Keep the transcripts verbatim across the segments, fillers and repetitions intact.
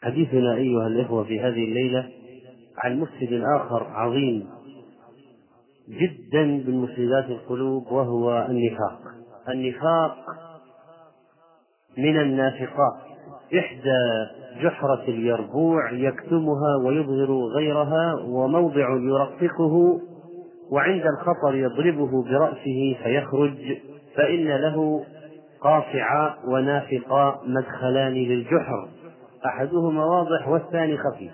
حديثنا أيها الإخوة في هذه الليلة عن مفسد آخر عظيم جدا من مفسدات القلوب، وهو النفاق. النفاق من النافقات، إحدى جحرة اليربوع يكتمها ويظهر غيرها، وموضع يرققه، وعند الخطر يضربه برأسه فيخرج، فإن له قاصع ونافق مدخلان للجحر، أحدهما واضح والثاني خفي.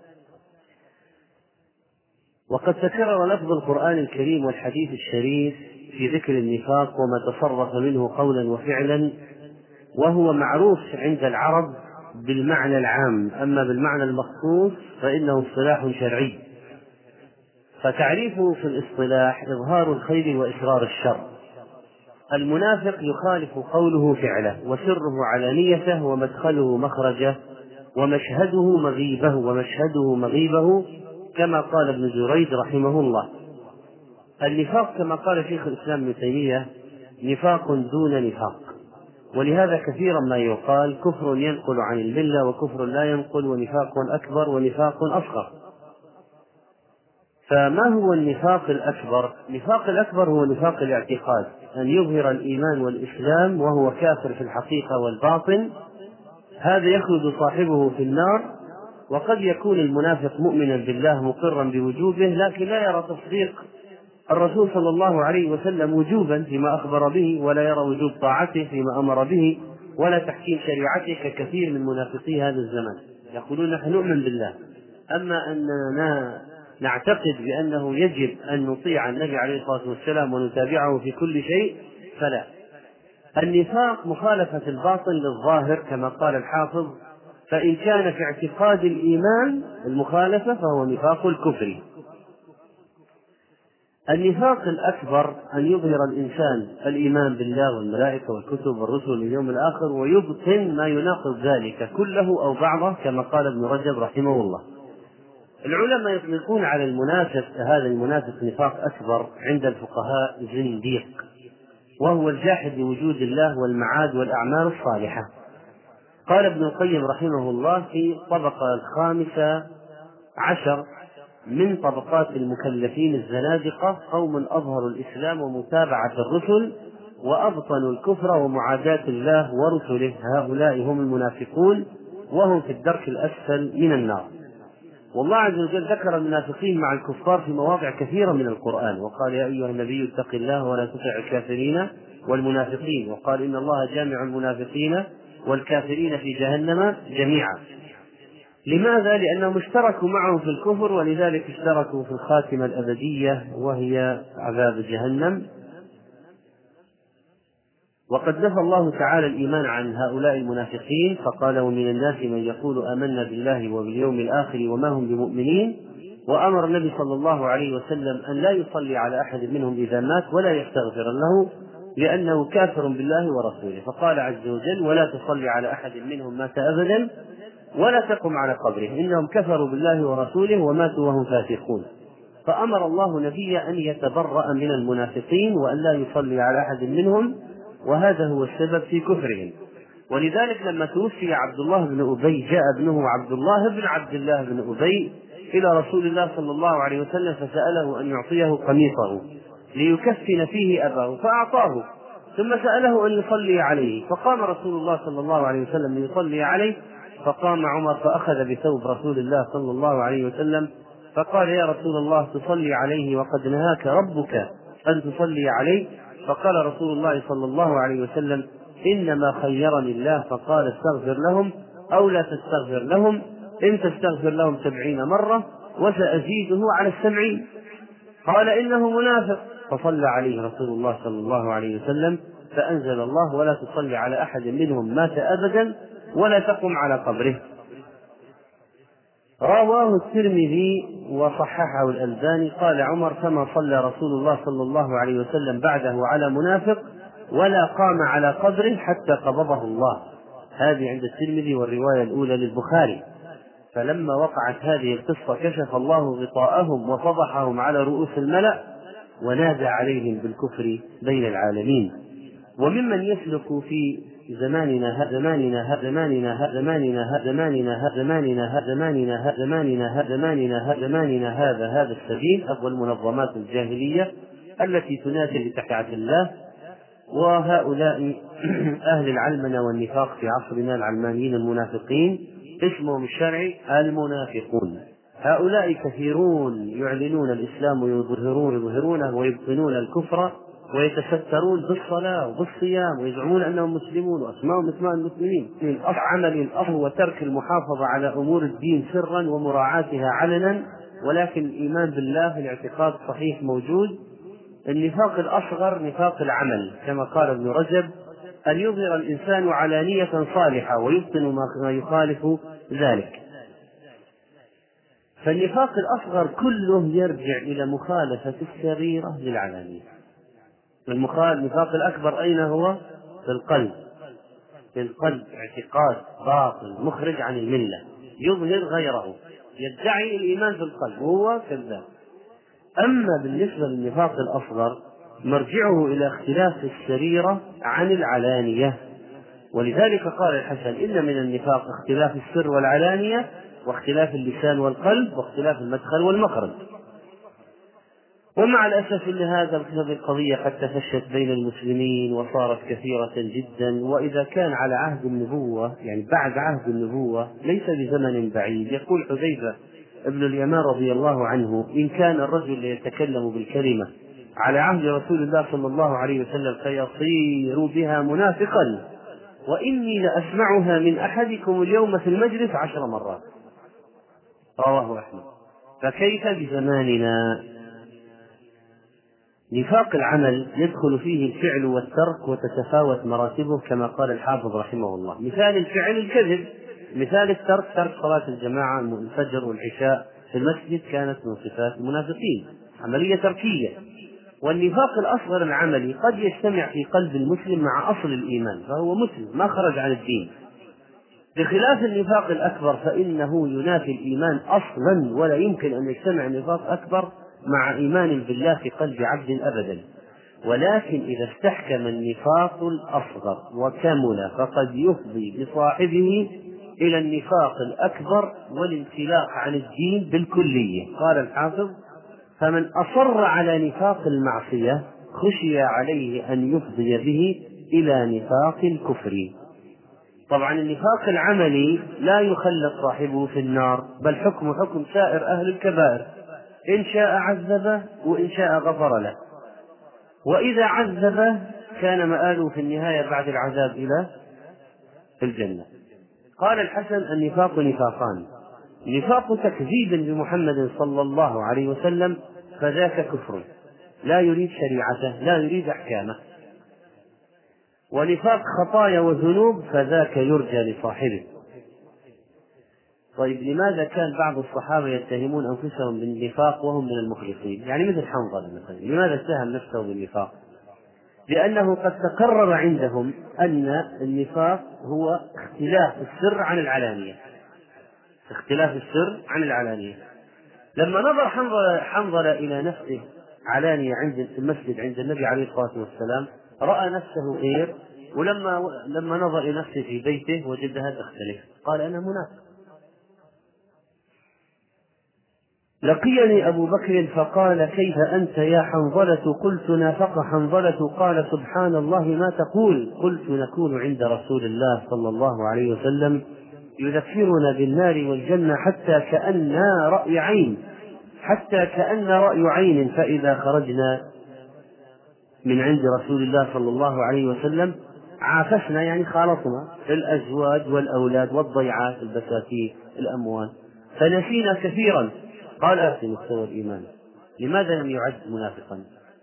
وقد تكرر لفظ القرآن الكريم والحديث الشريف في ذكر النفاق وما تصرف منه قولا وفعلا، وهو معروف عند العرب بالمعنى العام، أما بالمعنى المخصوص فإنه اصطلاح شرعي. فتعريفه في الاصطلاح إظهار الخير وإسرار الشر. المنافق يخالف قوله فعله، وسره علانيته، ومدخله مخرجه، ومشهده مغيبه ومشهده مغيبه، كما قال ابن جريج رحمه الله. النفاق كما قال شيخ الإسلام ابن تيمية نفاق دون نفاق، ولهذا كثيرا ما يقال كفر ينقل عن الملة وكفر لا ينقل، ونفاق أكبر ونفاق أصغر. فما هو النفاق الأكبر؟ النفاق الأكبر هو نفاق الاعتقاد، أن يظهر الإيمان والإسلام وهو كافر في الحقيقة والباطن، هذا يخلد صاحبه في النار. وقد يكون المنافق مؤمنا بالله مقرا بوجوبه، لكن لا يرى تصديق الرسول صلى الله عليه وسلم وجوبا فيما أخبر به، ولا يرى وجوب طاعته فيما أمر به، ولا تحكيم شريعته ككثير من منافقي هذا الزمان. يقولون نحن نؤمن بالله، أما أننا نعتقد بأنه يجب أن نطيع النبي عليه الصلاة والسلام ونتابعه في كل شيء فلا. النفاق مخالفة الباطن للظاهر كما قال الحافظ، فإن كان في اعتقاد الإيمان المخالفة فهو نفاق الكفر. النفاق الأكبر أن يظهر الإنسان الإيمان بالله والملائكة والكتب والرسل واليوم الآخر، ويبطن ما يناقض ذلك كله أو بعضه، كما قال ابن رجب رحمه الله. العلماء يطلقون على المنافق هذا المنافق نفاق أكبر عند الفقهاء زنديق، وهو الجاحد لوجود الله والمعاد والأعمال الصالحة. قال ابن القيم رحمه الله في الطبقة الخامسة عشر من طبقات المكلفين الزنادقة: قوم أظهروا الإسلام ومتابعة الرسل وأبطنوا الكفر ومعاداة الله ورسله، هؤلاء هم المنافقون، وهم في الدرك الأسفل من النار. والله عز وجل ذكر المنافقين مع الكفار في مواضع كثيرة من القرآن، وقال يا أيها النبي اتق الله ولا تطع الكافرين والمنافقين، وقال إن الله جامع المنافقين والكافرين في جهنم جميعا. لماذا؟ لأنهم اشتركوا معهم في الكفر، ولذلك اشتركوا في الخاتمة الأبدية وهي عذاب جهنم. وقد نفى الله تعالى الإيمان عن هؤلاء المنافقين فقال ومن الناس من يقول آمنا بالله وباليوم الآخر وما هم بمؤمنين، وأمر النبي صلى الله عليه وسلم أن لا يصلي على أحد منهم إذا مات ولا يستغفر له لأنه كافر بالله ورسوله، فقال عز وجل ولا تصلي على أحد منهم مات أبدا ولا تقم على قبره إنهم كفروا بالله ورسوله وماتوا وهم فاسقون. فأمر الله نبيه أن يتبرأ من المنافقين وأن لا يصلي على أحد منهم، وهذا هو السبب في كفرهم. ولذلك لما توفي عبد الله بن أبي جاء ابنه عبد الله بن عبد الله بن أبي إلى رسول الله صلى الله عليه وسلم فسأله أن يعطيه قميصه ليكفن فيه أباه فأعطاه، ثم سأله أن يصلي عليه، فقام رسول الله صلى الله عليه وسلم ليصلي عليه، فقام عمر فأخذ بثوب رسول الله صلى الله عليه وسلم فقال يا رسول الله تصلي عليه وقد نهاك ربك أن تصلي عليه؟ فقال رسول الله صلى الله عليه وسلم إنما خيرني الله فقال استغفر لهم أو لا تستغفر لهم، إن تستغفر لهم سبعين مرة وسأزيده على السبعين. قال إنه منافق، فصلى عليه رسول الله صلى الله عليه وسلم فأنزل الله ولا تصلي على أحد منهم مات أبدا ولا تقم على قبره. رواه الترمذي وصححه الألباني. قال عمر كما صلى رسول الله صلى الله عليه وسلم بعده على منافق ولا قام على قبره حتى قبضه الله. هذه عند الترمذي والرواية الأولى للبخاري. فلما وقعت هذه القصة كشف الله غطاءهم وفضحهم على رؤوس الملأ ونادى عليهم بالكفر بين العالمين. وممن يسلك في زماننا هذا زماننا هذا زماننا هذا زماننا هذا زماننا هذا زماننا هذا زماننا هذا زماننا هذا زماننا هذا زماننا هذا هذا السبيل أفضل المنظمات الجاهلية التي تنادي بتحية الله. وهؤلاء أهل العلمنة والنفاق في عصرنا العلمانيين المنافقين اسمهم الشرعي المنافقون. هؤلاء كثيرون يعلنون الإسلام ويظهرون يظهرونه ويبطنون الكفر ويتسترون بالصلاة وبالصيام ويزعمون أنهم مسلمون وأسماءهم أسماء المسلمين. من عمل الأصل وترك المحافظة على أمور الدين سرا ومراعاتها علنا، ولكن الإيمان بالله في الاعتقاد صحيح موجود. النفاق الأصغر نفاق العمل كما قال ابن رجب أن يظهر الإنسان علانية صالحة ويبطن ما يخالف ذلك. فالنفاق الأصغر كله يرجع إلى مخالفة السريرة للعلانية. النفاق الأكبر أين هو؟ في القلب. في القلب اعتقاد باطل مخرج عن الملة يظهر غيره، يدعي الإيمان في القلب وهو كذاب. أما بالنسبة للنفاق الأصغر مرجعه إلى اختلاف السريرة عن العلانية، ولذلك قال الحسن إن من النفاق اختلاف السر والعلانية واختلاف اللسان والقلب واختلاف المدخل والمخرج. ومع الأسف أن هذا القضية قد تفشت بين المسلمين وصارت كثيرة جدا، وإذا كان على عهد النبوة يعني بعد عهد النبوة ليس بزمن بعيد. يقول حذيفة ابن اليمان رضي الله عنه إن كان الرجل يتكلم بالكلمة على عهد رسول الله صلى الله عليه وسلم فيصير بها منافقا، وإني لأسمعها من أحدكم اليوم في المجلس عشر مرات. رواه أحمد. فكيف بزماننا؟ نفاق العمل يدخل فيه الفعل والترك وتتفاوت مراتبه كما قال الحافظ رحمه الله. مثال الفعل الكذب، مثال الترك ترك صلاة الجماعة الفجر والعشاء في المسجد كانت من صفات المنافقين، عملية تركية. والنفاق الأصغر العملي قد يجتمع في قلب المسلم مع أصل الإيمان فهو مسلم ما خرج عن الدين، بخلاف النفاق الأكبر فإنه ينافي الإيمان أصلا، ولا يمكن أن يجتمع نفاق أكبر مع إيمان بالله في قلب عبد أبدا. ولكن إذا استحكم النفاق الأصغر وكمل فقد يفضي بصاحبه إلى النفاق الأكبر والانسلاخ عن الدين بالكلية. قال الحافظ فمن أصر على نفاق المعصية خشي عليه أن يفضي به إلى نفاق الكفر. طبعا النفاق العملي لا يخلد صاحبه في النار، بل حكم حكم سائر أهل الكبائر، إن شاء عذبه وإن شاء غفر له. وإذا عذبه كان مآله في النهاية بعد العذاب إلى الجنة. قال الحسن النفاق نفاقان: نفاق تكذيب بمحمد صلى الله عليه وسلم فذاك كفر لا يريد شريعته لا يريد أحكامه، ونفاق خطايا وذنوب فذاك يرجى لصاحبه. طيب لماذا كان بعض الصحابة يتهمون أنفسهم بالنفاق وهم من المخلصين؟ يعني مثل حنظلة مثلا، لماذا اتهم نفسه بالنفاق؟ لأنه قد تقرر عندهم أن النفاق هو اختلاف السر عن العلانية، اختلاف السر عن العلانية. لما نظر حنظلة, حنظلة إلى نفسه علانية عند المسجد عند النبي عليه الصلاة والسلام رأى نفسه غير، ولما لما نظر إلى نفسه في بيته وجدها تختلف، قال أنا منافق. لقيني أبو بكر فقال كيف أنت يا حنظلة؟ قلت نافق حنظلة. قال سبحان الله ما تقول؟ قلت نكون عند رسول الله صلى الله عليه وسلم يذكرنا بالنار والجنة حتى كأننا رأي عين حتى كأن رأي عين فإذا خرجنا من عند رسول الله صلى الله عليه وسلم عافسنا يعني خالطنا الأزواج والأولاد والضيعات البساتين الأموال فنسينا كثيرا. قال آتي مستوى الإيمان، لماذا لم يعد منافقا؟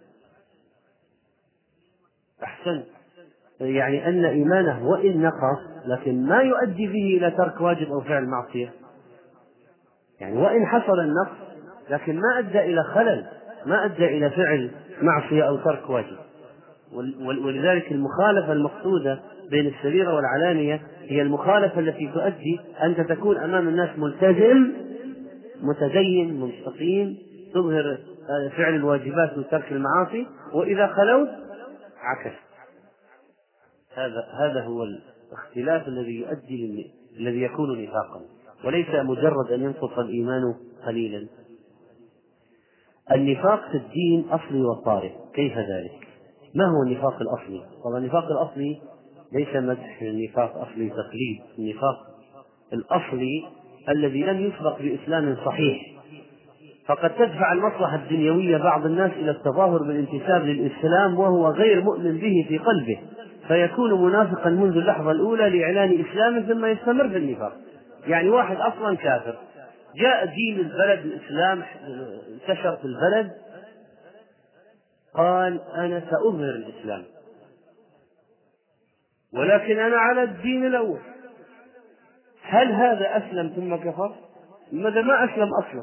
أحسن، يعني أن إيمانه وإن نقص لكن ما يؤدي به إلى ترك واجب أو فعل معصية، يعني وإن حصل النقص لكن ما أدى إلى خلل، ما أدى إلى فعل معصية أو ترك واجب. ولذلك المخالفة المقصودة بين السريرة والعلانية هي المخالفة التي تؤدي أنت تكون أمام الناس ملتزم متدين مستقيم تظهر فعل الواجبات وترك المعاصي، وإذا خلوت عكس. هذا هذا هو الاختلاف الذي يؤدي الذي يكون نفاقا، وليس مجرد أن ينقص الإيمان قليلا. النفاق في الدين أصلي وطارئ. كيف ذلك؟ ما هو النفاق الأصلي؟ طبعا النفاق الأصلي ليس مدح النفاق أصلي تقليد. النفاق الأصلي الذي لم يسبق بإسلام صحيح، فقد تدفع المصلحة الدنيوية بعض الناس إلى التظاهر بالانتساب للإسلام وهو غير مؤمن به في قلبه، فيكون منافقا منذ اللحظة الأولى لإعلان إسلامه ثم يستمر في النفاق. يعني واحد أصلا كافر جاء دين البلد الإسلام انتشر في البلد، قال أنا سأظهر الإسلام ولكن أنا على الدين الأول. هل هذا أسلم ثم كفر؟ ماذا ما أسلم أصلا،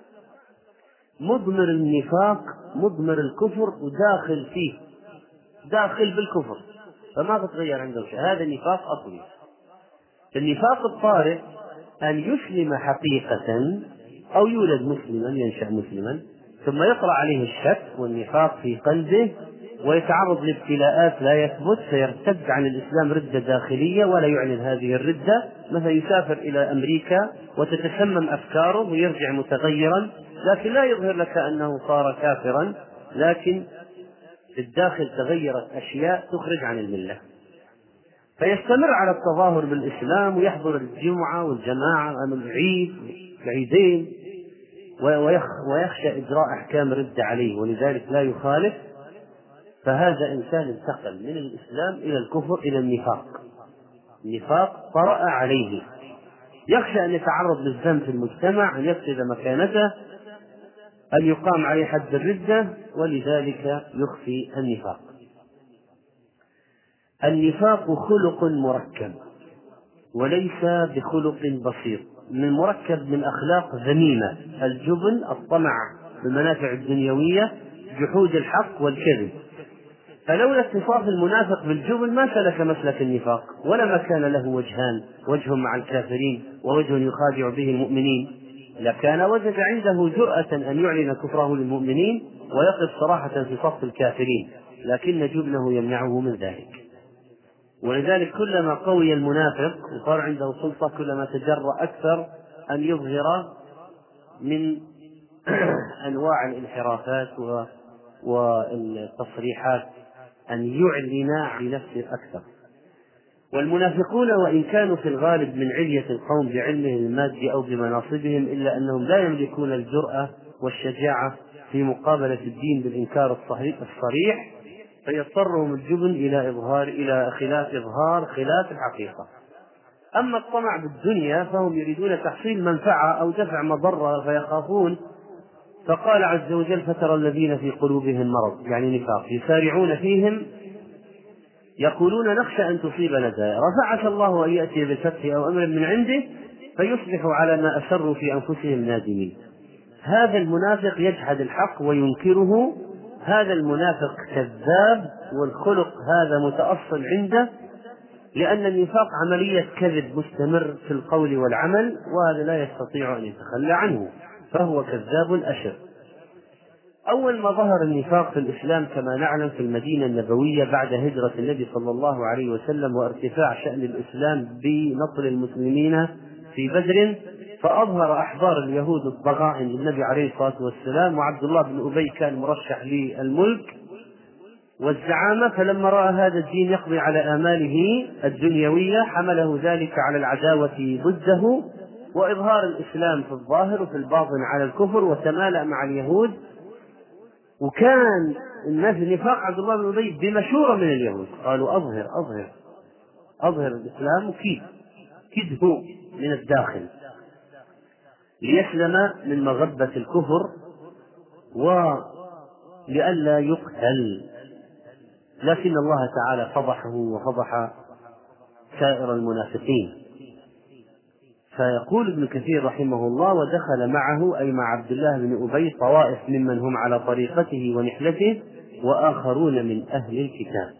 مضمر النفاق مضمر الكفر وداخل فيه، داخل بالكفر، فما تتغير عنده شيء. هذا نفاق أصلي. النفاق الطارئ أن يسلم حقيقة أو يولد مسلما ينشأ مسلما ثم يطرأ عليه الشك والنفاق في قلبه ويتعرض لابتلاءات لا يثبت فيرتد عن الإسلام ردة داخلية ولا يعلن هذه الردة، مثلا يسافر إلى أمريكا وتتسمم أفكاره ويرجع متغيرا، لكن لا يظهر لك أنه صار كافرا، لكن في الداخل تغيرت أشياء تخرج عن الملة، فيستمر على التظاهر بالإسلام ويحضر الجمعة والجماعة العيد العيدين ويخشى إجراء أحكام ردة عليه ولذلك لا يخالف. فهذا إنسان انتقل من الإسلام إلى الكفر إلى النفاق، النفاق طرأ عليه، يخشى أن يتعرض للذنب في المجتمع، أن يفقد مكانته، أن يقام عليه حد الردة، ولذلك يخفي النفاق. النفاق خلق مركب وليس بخلق بسيط، من مركب من أخلاق ذميمة: الجبن، الطمع بالمنافع الدنيوية، جحود الحق والكذب. فلولا اتصاف المنافق بالجبن ما سلك مسلك النفاق، ولما كان له وجهان، وجه مع الكافرين ووجه يخادع به المؤمنين، لكان وجد عنده جرأة أن يعلن كفره للمؤمنين ويقف صراحة في صف الكافرين، لكن جبنه يمنعه من ذلك. ولذلك كلما قوي المنافق وصار عنده سلطة كلما تجرأ أكثر أن يظهر من أنواع الانحرافات والتصريحات، أن يعلن عن نفسه أكثر. والمنافقون وإن كانوا في الغالب من علية القوم بعلمهم المادي أو بمناصبهم، إلا أنهم لا يملكون الجرأة والشجاعة في مقابلة الدين بالإنكار الصريح، فيضطرهم الجبن إلى إظهار إلى خلاف إظهار خلاف الحقيقة. أما الطمع بالدنيا فهم يريدون تحصيل منفعة أو دفع مضرة فيخافون، فقال عز وجل: فترى الذين في قلوبهم مرض، يعني نفاق، يسارعون فيهم يقولون نخشى أن تصيبنا دائرة فعسى الله أن يأتي بالفتح أو أمر من عنده فيصبحوا على ما أسروا في أنفسهم نادمين. هذا المنافق يجحد الحق وينكره، هذا المنافق كذاب، والخلق هذا متأصل عنده، لأن النفاق عملية كذب مستمر في القول والعمل، وهذا لا يستطيع أن يتخلى عنه، فهو كذاب أشر. أول ما ظهر النفاق في الإسلام كما نعلم في المدينة النبوية بعد هجرة النبي صلى الله عليه وسلم وارتفاع شأن الإسلام بنصر المسلمين في بدر، فأظهر أحبار اليهود الضغائن للنبي عليه الصلاة والسلام، وعبد الله بن أبي كان مرشح للملك والزعامة، فلما رأى هذا الدين يقضي على آماله الدنيوية حمله ذلك على العداوة ضده وإظهار الإسلام في الظاهر وفي الباطن على الكفر، وتمالأ مع اليهود. وكان الناس نفاق عبد الله بن أبي بمشورة من اليهود، قالوا أظهر أظهر أظهر الإسلام وكيد كده من الداخل ليسلم من مغبة الكفر ولئلا يقتل، لكن الله تعالى فضحه وفضح سائر المنافقين. فيقول ابن كثير رحمه الله: ودخل معه أي مع عبد الله بن أبي طوائف ممن هم على طريقته ونحلته وآخرون من أهل الكتاب.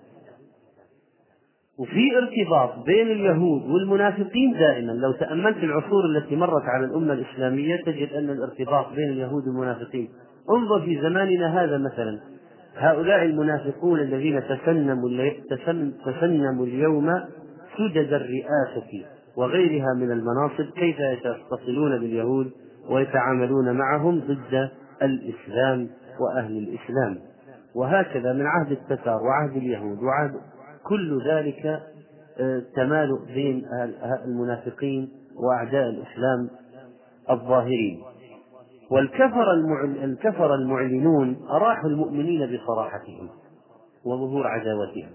وفي ارتباط بين اليهود والمنافقين دائما، لو تأملت العصور التي مرت على الأمة الإسلامية تجد أن الارتباط بين اليهود والمنافقين. انظر في زماننا هذا مثلا، هؤلاء المنافقون الذين تسنموا, تسنموا اليوم سدد الرئاسة وغيرها من المناصب كيف يتصلون باليهود ويتعاملون معهم ضد الإسلام وأهل الإسلام. وهكذا من عهد التتار وعهد اليهود وعهد كل ذلك تمالؤ بين المنافقين وأعداء الإسلام الظاهرين. والكفر الكفر المعلنون أراحوا المؤمنين بصراحتهم وظهور عداوتهم،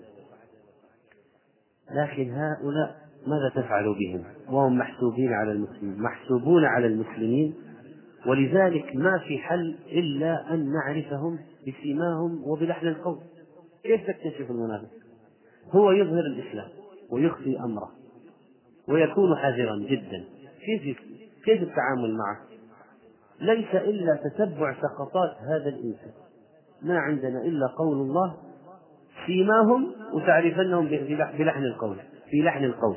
لكن هؤلاء ماذا تفعل بهم وهم محسوبين على المسلمين محسوبون على المسلمين؟ ولذلك ما في حل إلا أن نعرفهم بسيماهم وبلحن القول. كيف تكتشف المنافق؟ هو يظهر الإسلام ويخفي أمره ويكون حذرا جدا. كيف كيف التعامل معه؟ ليس إلا تتبع سقطات هذا الإنسان. ما عندنا إلا قول الله سيماهم وتعرفنهم بلحن القول في لحن القول.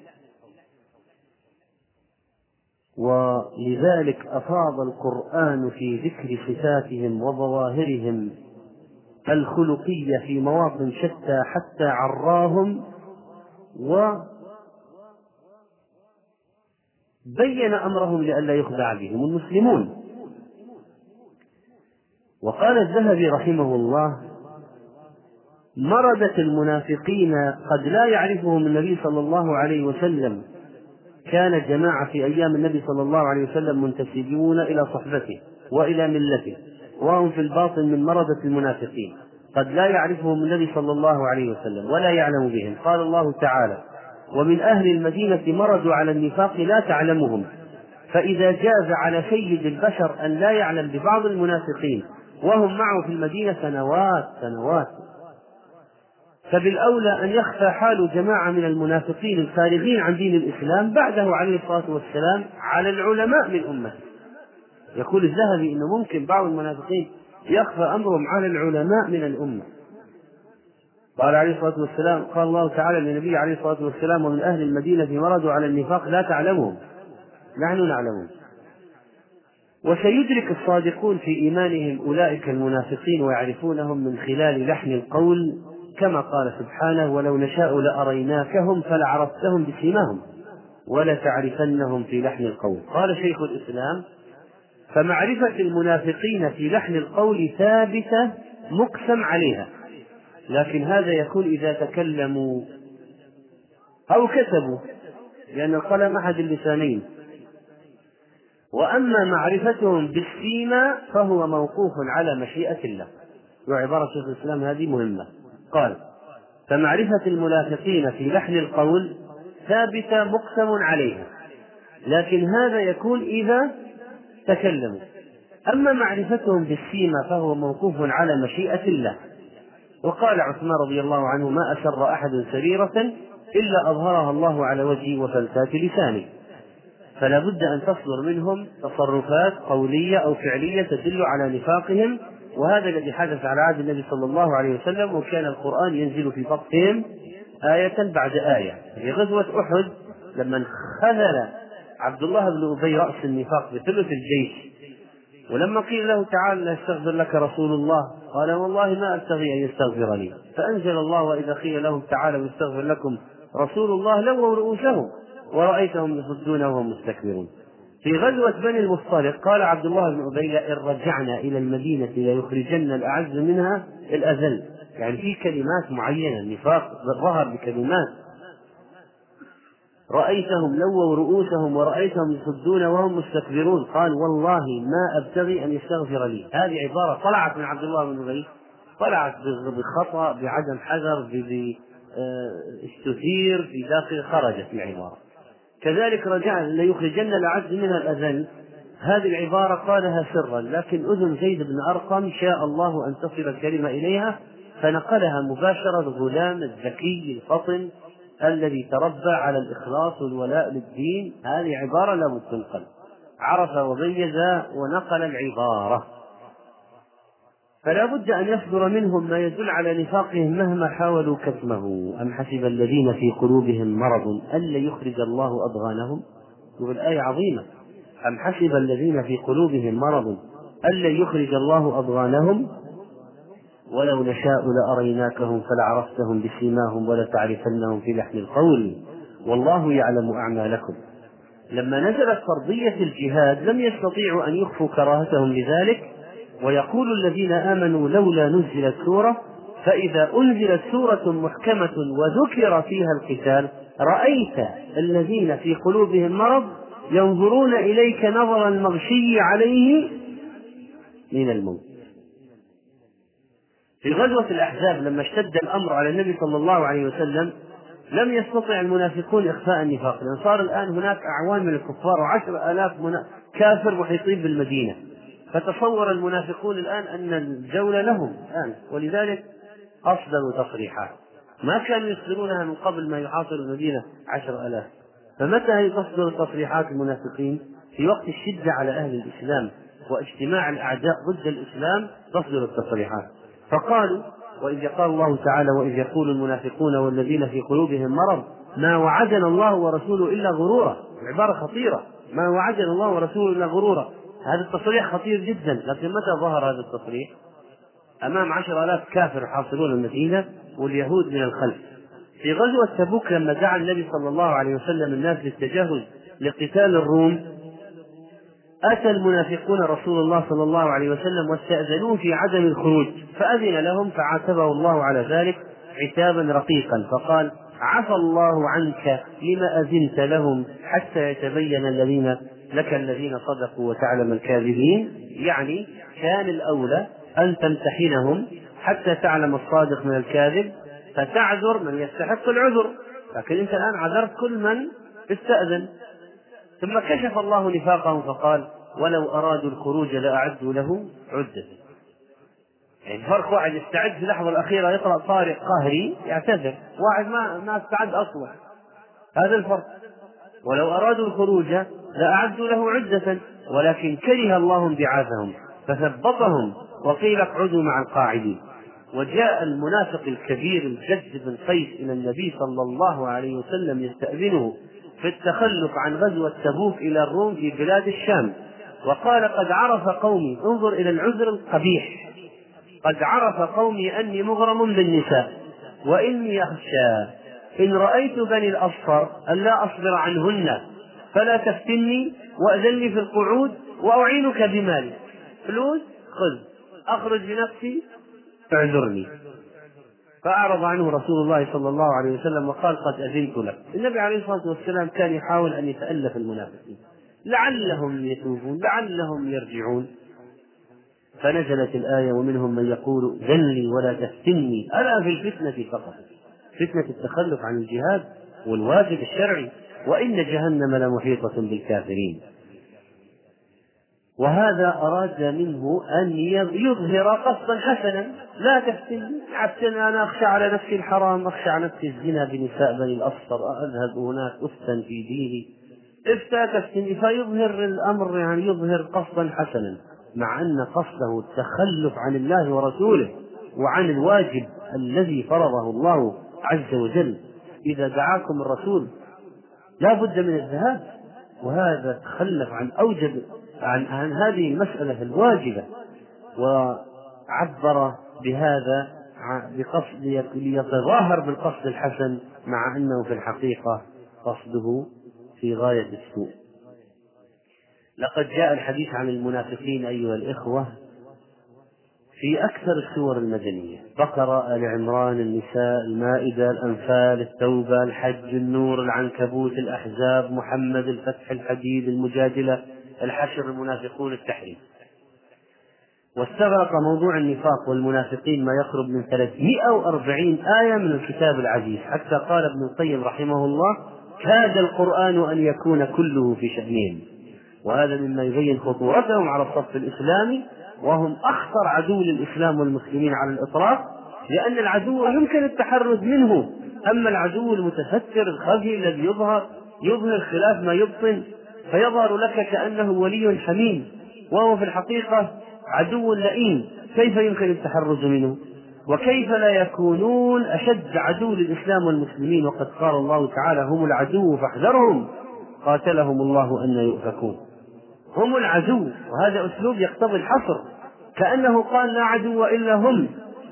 ولذلك أفاض القرآن في ذكر صفاتهم وظواهرهم الخلقية في مواطن شتى حتى عراهم وبين أمرهم لئلا يخدع بهم المسلمون. وقال الذهبي رحمه الله: مردة المنافقين قد لا يعرفهم النبي صلى الله عليه وسلم. كان جماعة في أيام النبي صلى الله عليه وسلم منتسبون إلى صحبته وإلى ملته، وهم في الباطن من مردة المنافقين قد لا يعرفهم النبي صلى الله عليه وسلم ولا يعلم بهم. قال الله تعالى: ومن أهل المدينة مردوا على النفاق لا تعلمهم. فإذا جاز على سيد البشر أن لا يعلم ببعض المنافقين وهم معه في المدينة سنوات سنوات، فبالأولى أن يخفى حال جماعة من المنافقين الفارغين عن دين الإسلام بعده عليه الصلاة والسلام على العلماء من أمته. يقول الذهبي إنه ممكن بعض المنافقين يخفى أمرهم على العلماء من الأمة. قال عليه الصلاة والسلام قال الله تعالى للنبي عليه الصلاة والسلام: ومن أهل المدينة مردوا على النفاق لا تعلمهم، نحن نعلمهم. وسيدرك الصادقون في إيمانهم أولئك المنافقين ويعرفونهم من خلال لحن القول، كما قال سبحانه: ولو نشاء لأريناكهم فلعرفتهم بسيماهم ولتعرفنهم في لحن القول. قال شيخ الإسلام: فمعرفة المنافقين في لحن القول ثابتة مقسم عليها، لكن هذا يكون إذا تكلموا أو كتبوا، لأن القلم أحد اللسانين. وأما معرفتهم بالسيما فهو موقوف على مشيئة الله. وعبارة شيخ الإسلام هذه مهمة. قال: فمعرفة المنافقين في لحن القول ثابتة مقسم عليها، لكن هذا يكون إذا تكلموا. أما معرفتهم بالسيما فهو موقوف على مشيئة الله. وقال عثمان رضي الله عنه: ما أسر أحد سريرة إلا أظهرها الله على وجهه وفلتات لسانه. فلا بد أن تصدر منهم تصرفات قولية أو فعلية تدل على نفاقهم، وهذا الذي حدث على عهد النبي صلى الله عليه وسلم. وكان القرآن ينزل في بطنهم آية بعد آية. في غزوة أحد لما خذل عبد الله بن أبي رأس النفاق بثلث الجيش، ولما قيل له: تعال يستغفر لك رسول الله، قال: والله ما أبتغي أن يستغفر لي. فأنزل الله: وإذا قيل لهم تعالوا يستغفر لكم رسول الله لووا رؤوسهم ورأيتهم يصدون وهم مستكبرون. في غزوة بني المصطلق قال عبد الله بن أبي: إن رجعنا إلى المدينة ليخرجن الأعز منها الأذل. يعني في كلمات معينة، النفاق ظهر بكلمات. رأيتهم لووا رؤوسهم ورأيتهم يصدون وهم مستكبرون. قال: والله ما أبتغي أن يستغفر لي. هذه عبارة طلعت من عبد الله بن أبي، طلعت بخطأ، بعدم حذر، باستثير في داخل، خرجت العبارة. كذلك رجعنا ليخرجن الأعز منها الأذل، هذه العبارة قالها سرا، لكن أذن زيد بن أرقم شاء الله أن تصل الكلمة إليها فنقلها مباشرة. الغلام الذكي الفطن الذي تربى على الإخلاص والولاء للدين، هذه عبارة لا بد تنقل. عرف وميز ونقل العبارة. فلا بد أن يصدر منهم ما يدل على نفاقهم مهما حاولوا كتمه. أم حسب الذين في قلوبهم مرض أن يخرج الله أضغانهم. والآية عظيمة: أم حسب الذين في قلوبهم مرض أن يخرج الله أضغانهم. ولو نشاء لأريناكهم فلعرفتهم بسيماهم ولتعرفنهم في لحن القول والله يعلم أعمالكم. لما نزلت فرضية الجهاد لم يستطيعوا أن يخفوا كراهتهم لذلك، ويقول الذين آمنوا لولا نزلت سورة، فإذا أنزلت سورة محكمة وذكر فيها القتال رأيت الذين في قلوبهم مرض ينظرون إليك نظر المغشي عليه من الموت. في غزوة الأحزاب لما اشتد الأمر على النبي صلى الله عليه وسلم لم يستطع المنافقون إخفاء النفاق، لأن صار الآن هناك أعوان من الكفار وعشر آلاف كافر محيطين بالمدينة، فتصور المنافقون الآن أن الجولة لهم الآن، ولذلك أصدروا تصريحات ما كانوا يصدرونها من قبل ما يحاصر المدينة عشر آلاف. فمتى تصدر تصريحات المنافقين؟ في وقت الشدة على أهل الإسلام واجتماع الأعداء ضد الإسلام تصدر التصريحات. فقالوا، وإذ قال الله تعالى وإذ يقول المنافقون والذين في قلوبهم مرض ما وعدنا الله ورسوله إلا غرورا. عبارة خطيرة، ما وعدنا الله ورسوله إلا غرورا. هذا التصريح خطير جدا، لكن متى ظهر هذا التصريح؟ أمام عشر آلاف كافر حاصرون المدينة واليهود من الخلف. في غزوة تبوك لما دعا النبي صلى الله عليه وسلم الناس للتجهز لقتال الروم، أتى المنافقون رسول الله صلى الله عليه وسلم واستأذنوه في عدم الخروج، فأذن لهم فعاتبه الله على ذلك عتابا رقيقا، فقال عفى الله عنك لما أذنت لهم حتى يتبين الذين لك الذين صدقوا وتعلم الكاذبين. يعني كان الأولى أن تمتحنهم حتى تعلم الصادق من الكاذب فتعذر من يستحق العذر، لكن أنت الآن عذرت كل من استأذن. ثم كشف الله نفاقهم فقال ولو أرادوا الخروج لأعدوا له عدة. يعني فرق واحد يستعد في اللحظة الأخيرة يقرأ طارق قهري يعتذر، واحد ما ما استعد أصلا، هذا الفرق. ولو أرادوا الخروج لأعدوا له عدة ولكن كره الله انبعاثهم فثبطهم وقيل اقعدوا مع القاعدين. وجاء المنافق الكبير الجد بن قيس إلى النبي صلى الله عليه وسلم يستأذنه في التخلف عن غزوة تبوك إلى الروم في بلاد الشام، وقال قد عرف قومي، انظر إلى العذر القبيح، قد عرف قومي أني مغرم بالنساء وإني أخشى إن رأيت بني الأصفر أن لا أصبر عنهن فلا تفتني وأذن لي في القعود وأعينك بمالي، فلوس خذ، أخرج بنفسي اعذرني. فأعرض عنه رسول الله صلى الله عليه وسلم وقال قد أذنت لك. النبي عليه الصلاة والسلام كان يحاول أن يتألف المنافقين لعلهم يتوبون لعلهم يرجعون، فنزلت الآية ومنهم من يقول ذن لي ولا تفتني ألا في الفتنة فقط، فتنة التخلف عن الجهاد والواجب الشرعي، وإن جهنم لمحيطة بالكافرين. وهذا أراد منه أن يظهر قصدا حسنا، لا تفتني عفتني أنا أخشى على نفسي الحرام، أخشى على نفسي الزنا بنساء بني الأصفر، أذهب هناك أفتن في ديني، افتى تفتني، فيظهر الأمر يعني يظهر قصدا حسنا، مع أن قصده التخلف عن الله ورسوله وعن الواجب الذي فرضه الله عز وجل. إذا دعاكم الرسول لا بد من الذهاب، وهذا تخلف عن أوجب عن, عن هذه المسألة الواجبة، وعبر بهذا بقصد ليتظاهر بالقصد الحسن مع أنه في الحقيقة قصده في غاية السوء. لقد جاء الحديث عن المنافقين أيها الإخوة في أكثر السور المدنية، بقرة، آل عمران، النساء، المائدة، الأنفال، التوبة، الحج، النور، العنكبوت، الأحزاب، محمد، الفتح، الحديد، المجادلة، الحشر، المنافقون، التحريم. واستغرق موضوع النفاق والمنافقين ما يقرب من ثلاثمائة وأربعين آية من الكتاب العزيز، حتى قال ابن القيم رحمه الله كاد القرآن أن يكون كله في شأنهم. وهذا مما يبين خطورتهم على الصف الإسلامي، وهم أخطر عدو للإسلام والمسلمين على الإطلاق، لأن العدو يمكن التحرز منه، أما العدو المتستر الخفي الذي يظهر يظهر خلاف ما يبطن فيظهر لك كأنه ولي حميم وهو في الحقيقة عدو لئيم، كيف يمكن التحرز منه؟ وكيف لا يكونون أشد عدو للإسلام والمسلمين، وقد قال الله تعالى هم العدو فاحذرهم قاتلهم الله أن يؤفكون. هم العدو، وهذا أسلوب يقتضي الحصر، كأنه قال لا عدو إلا هم،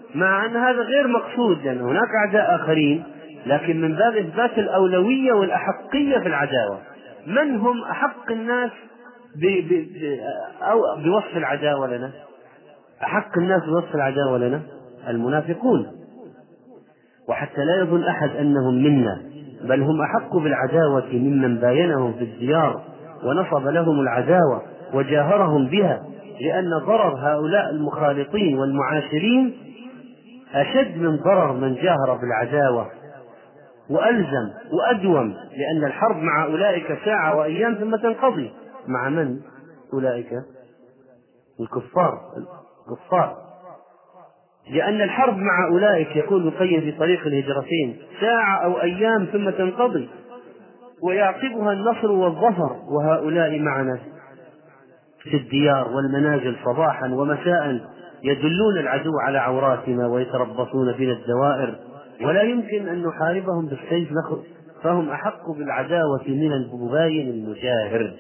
مع أن هذا غير مقصود لأن هناك أعداء آخرين، لكن من باب إثبات الأولوية والأحقية في العداوة. من هم أحق الناس ب... ب... ب... أو بوصف العداوة لنا؟ أحق الناس بوصف العداوة لنا المنافقون، وحتى لا يظن أحد أنهم منا، بل هم أحق بالعداوة ممن باينهم في الديار ونصب لهم العداوة وجاهرهم بها، لأن ضرر هؤلاء المخالطين والمعاشرين أشد من ضرر من جاهر بالعداوة، وألزم وأدوم، لأن الحرب مع أولئك ساعة وأيام ثم تنقضي. مع من؟ أولئك الكفار الكفار لأن الحرب مع أولئك يكون مقيد في طريق الهجرتين ساعة أو أيام ثم تنقضي ويعقبها النصر والظفر، وهؤلاء معنا في الديار والمنازل صباحا ومساء يدلون العدو على عوراتنا ويتربصون بنا الدوائر، ولا يمكن أن نحاربهم بالسيف، فهم أحق بالعداوة من المباين المجاهر.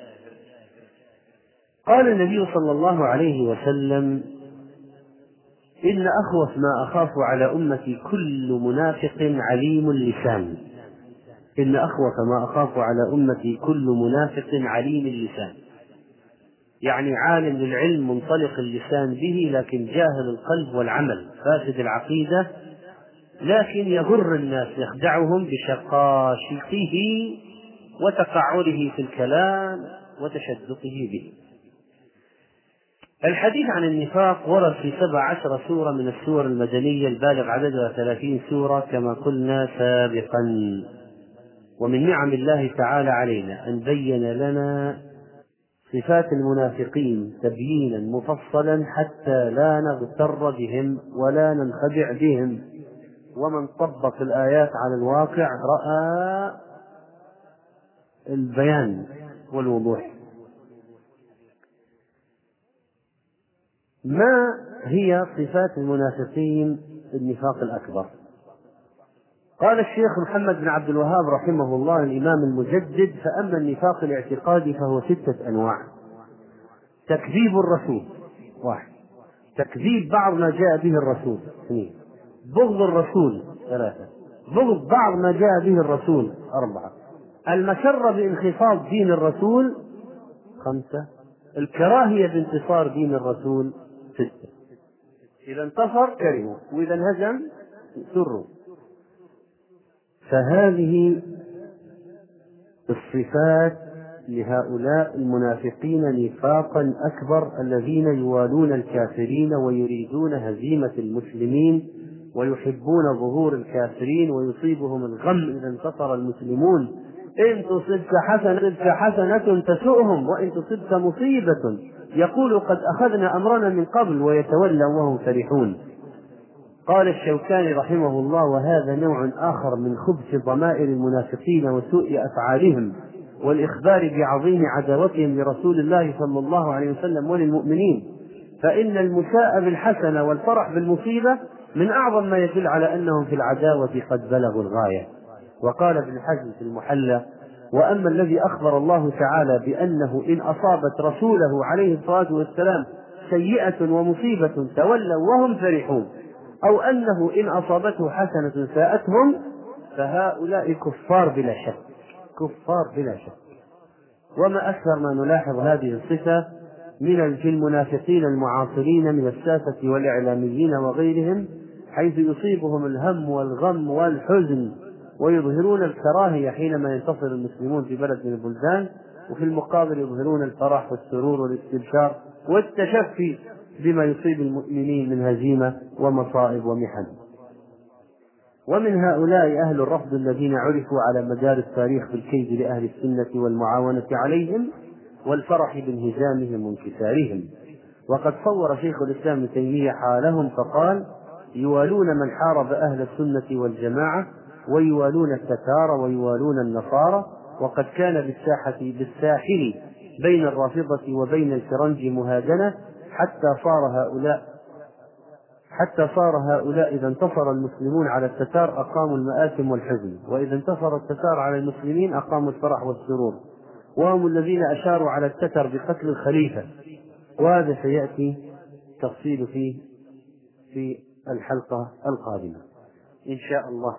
قال النبي صلى الله عليه وسلم: إن أخوف ما أخاف على أمتي كل منافق عليم اللسان. إن أخوف ما أخاف على أمتي كل منافق عليم اللسان، يعني عالم للعلم منطلق اللسان به، لكن جاهل القلب والعمل، فاسد العقيدة، لكن يغر الناس، يخدعهم بشقاشقه وتقعره في الكلام وتشدقه به. الحديث عن النفاق ورد في سبع عشر سورة من السور المدنية البالغ عددها ثلاثين سورة كما قلنا سابقا. ومن نعم الله تعالى علينا أن بين لنا صفات المنافقين تبيينا مفصلا حتى لا نغتر بهم ولا ننخدع بهم، ومن طبق الآيات على الواقع رأى البيان والوضوح. ما هي صفات المنافقين النفاق الأكبر؟ قال الشيخ محمد بن عبد الوهاب رحمه الله الإمام المجدد: فأما النفاق الاعتقادي فهو ستة أنواع: تكذيب الرسول واحد، تكذيب بعض ما جاء به الرسول اثنين، بغض الرسول ثلاثة، بغض بعض ما جاء به الرسول أربعة، المسرة بانخفاض دين الرسول خمسة، الكراهية بانتصار دين الرسول ستة. إذا انتصر كرهوا وإذا انهزم سروا. فهذه الصفات لهؤلاء المنافقين نفاقا أكبر الذين يوالون الكافرين ويريدون هزيمة المسلمين ويحبون ظهور الكافرين ويصيبهم الغم إذا انتصر المسلمون. إن تصبك حسنة حسنة تسؤهم وإن تصبك مصيبة يقول قد أخذنا أمرنا من قبل ويتولوا وهم فرحون. قال الشوكاني رحمه الله: وهذا نوع آخر من خبث ضمائر المنافقين وسوء أفعالهم والإخبار بعظيم عداوتهم لرسول الله صلى الله عليه وسلم وللمؤمنين، فإن المساء بالحسنة والفرح بالمصيبة من أعظم ما يدل على أنهم في العداوة قد بلغوا الغاية. وقال ابن حزم في المحلى: وأما الذي أخبر الله تعالى بأنه إن أصابت رسوله عليه الصلاة والسلام سيئة ومصيبة تولوا وهم فرحون، أو أنه إن أصابته حسنة ساءتهم، فهؤلاء كفار بلا شك، كفار بلا شك. وما أكثر ما نلاحظ هذه الصفة من المنافقين المعاصرين من الساسة والإعلاميين وغيرهم، حيث يصيبهم الهم والغم والحزن ويظهرون الكراهية حينما ينتصر المسلمون في بلد من البلدان، وفي المقابل يظهرون الفرح والسرور والاستبشار والتشفي بما يصيب المؤمنين من هزيمة ومصائب ومحن. ومن هؤلاء أهل الرفض الذين عرفوا على مدار التاريخ بالكيد لأهل السنة والمعاونة عليهم والفرح بانهزامهم وانكسارهم. وقد صور شيخ الإسلام ابن تيمية حالهم فقال: يوالون من حارب أهل السنة والجماعة ويوالون التتار ويوالون النصارى، وقد كان بالساحة بالساحل بين الرافضة وبين الفرنج مهادنة، حتى صار هؤلاء حتى صار هؤلاء إذا انتصر المسلمون على التتار أقاموا المآثم والحزن، وإذا انتصر التتار على المسلمين أقاموا الفرح والسرور، وهم الذين أشاروا على التتر بقتل الخليفة. وهذا سيأتي تفصيل فيه في الحلقة القادمة إن شاء الله.